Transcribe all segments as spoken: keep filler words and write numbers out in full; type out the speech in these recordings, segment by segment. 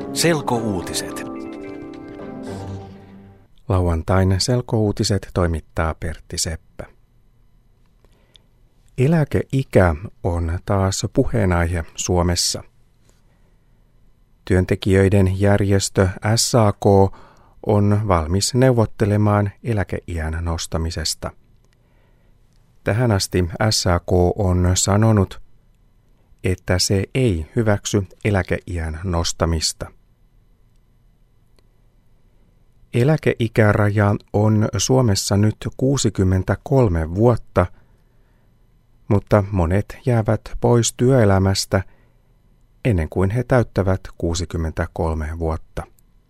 Selkouutiset. Lauantain selkouutiset toimittaa Pertti Seppä. Eläkeikä on taas puheenaihe Suomessa. Työntekijöiden järjestö S A K on valmis neuvottelemaan eläkeiän nostamisesta. Tähän asti S A K on sanonut, että se ei hyväksy eläkeiän nostamista. Eläkeikäraja on Suomessa nyt kuusikymmentäkolme vuotta, mutta monet jäävät pois työelämästä ennen kuin he täyttävät kuusikymmentäkolme vuotta.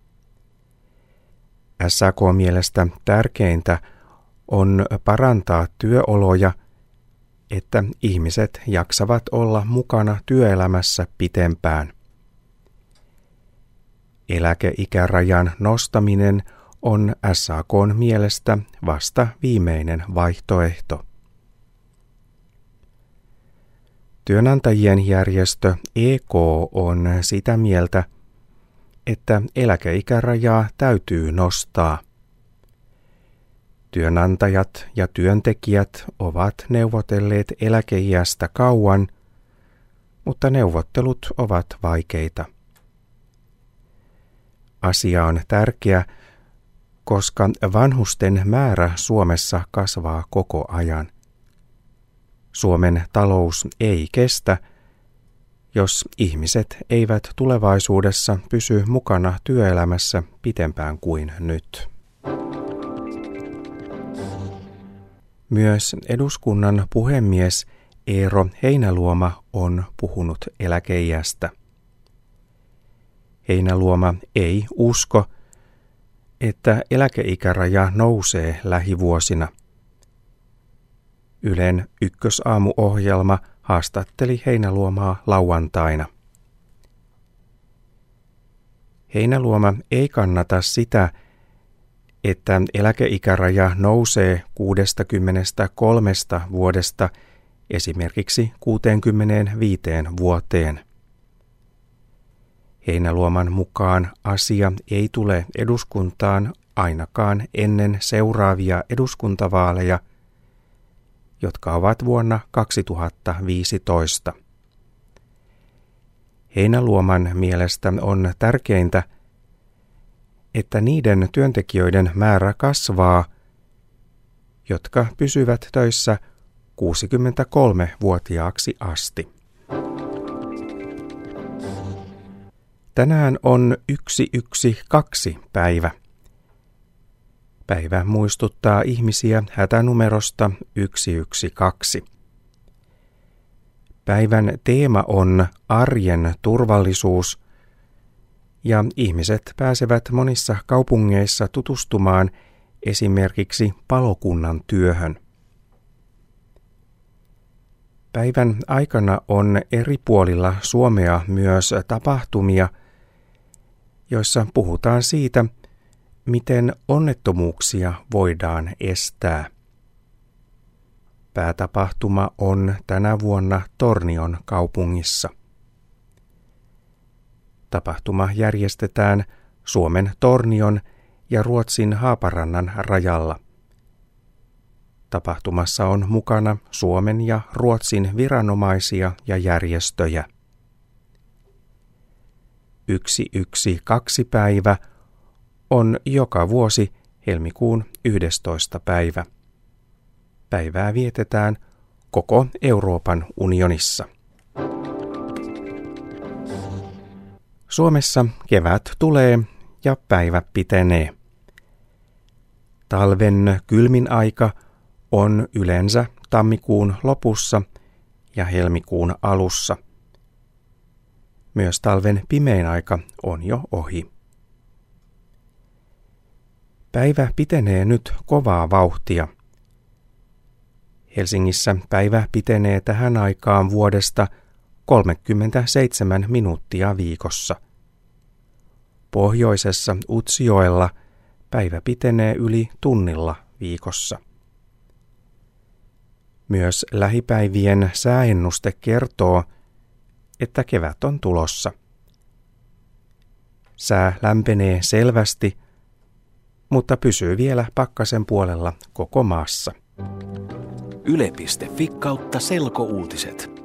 S A K:n mielestä tärkeintä on parantaa työoloja, että ihmiset jaksavat olla mukana työelämässä pitempään. Eläkeikärajan nostaminen on S A K:n mielestä vasta viimeinen vaihtoehto. Työnantajien järjestö E K on sitä mieltä, että eläkeikärajaa täytyy nostaa. Työnantajat ja työntekijät ovat neuvotelleet eläkeiästä kauan, mutta neuvottelut ovat vaikeita. Asia on tärkeä, koska vanhusten määrä Suomessa kasvaa koko ajan. Suomen talous ei kestä, jos ihmiset eivät tulevaisuudessa pysy mukana työelämässä pitempään kuin nyt. Myös eduskunnan puhemies Eero Heinäluoma on puhunut eläkeiästä. Heinäluoma ei usko, että eläkeikäraja nousee lähivuosina. Ylen Ykkösaamu-ohjelma haastatteli Heinäluomaa lauantaina. Heinäluoma ei kannata sitä, että eläkeikäraja nousee kuudestakymmenestäkolmesta vuodesta esimerkiksi kuuteenkymmeneenviiteen vuoteen. Heinäluoman mukaan asia ei tule eduskuntaan ainakaan ennen seuraavia eduskuntavaaleja, jotka ovat vuonna kaksituhattaviisitoista. Heinäluoman mielestä on tärkeintä, että niiden työntekijöiden määrä kasvaa, jotka pysyvät töissä kuusikymmentäkolmevuotiaaksi asti. Tänään on yksi yksi kaksi päivä. Päivä muistuttaa ihmisiä hätänumerosta yksi yksi kaksi. Päivän teema on arjen turvallisuus, ja ihmiset pääsevät monissa kaupungeissa tutustumaan esimerkiksi palokunnan työhön. Päivän aikana on eri puolilla Suomea myös tapahtumia, joissa puhutaan siitä, miten onnettomuuksia voidaan estää. Päätapahtuma on tänä vuonna Tornion kaupungissa. Tapahtuma järjestetään Suomen Tornion ja Ruotsin Haaparannan rajalla. Tapahtumassa on mukana Suomen ja Ruotsin viranomaisia ja järjestöjä. yksi yksi kaksi päivä on joka vuosi helmikuun yhdestoista päivä. Päivää vietetään koko Euroopan unionissa. Suomessa kevät tulee ja päivä pitenee. Talven kylmin aika on yleensä tammikuun lopussa ja helmikuun alussa. Myös talven pimein aika on jo ohi. Päivä pitenee nyt kovaa vauhtia. Helsingissä päivä pitenee tähän aikaan vuodesta kolmekymmentäseitsemän minuuttia viikossa. Pohjoisessa Utsjoella päivä pitenee yli tunnilla viikossa. Myös lähipäivien sääennuste kertoo, että kevät on tulossa. Sää lämpenee selvästi, mutta pysyy vielä pakkasen puolella koko maassa. Yle piste fi kautta selkouutiset.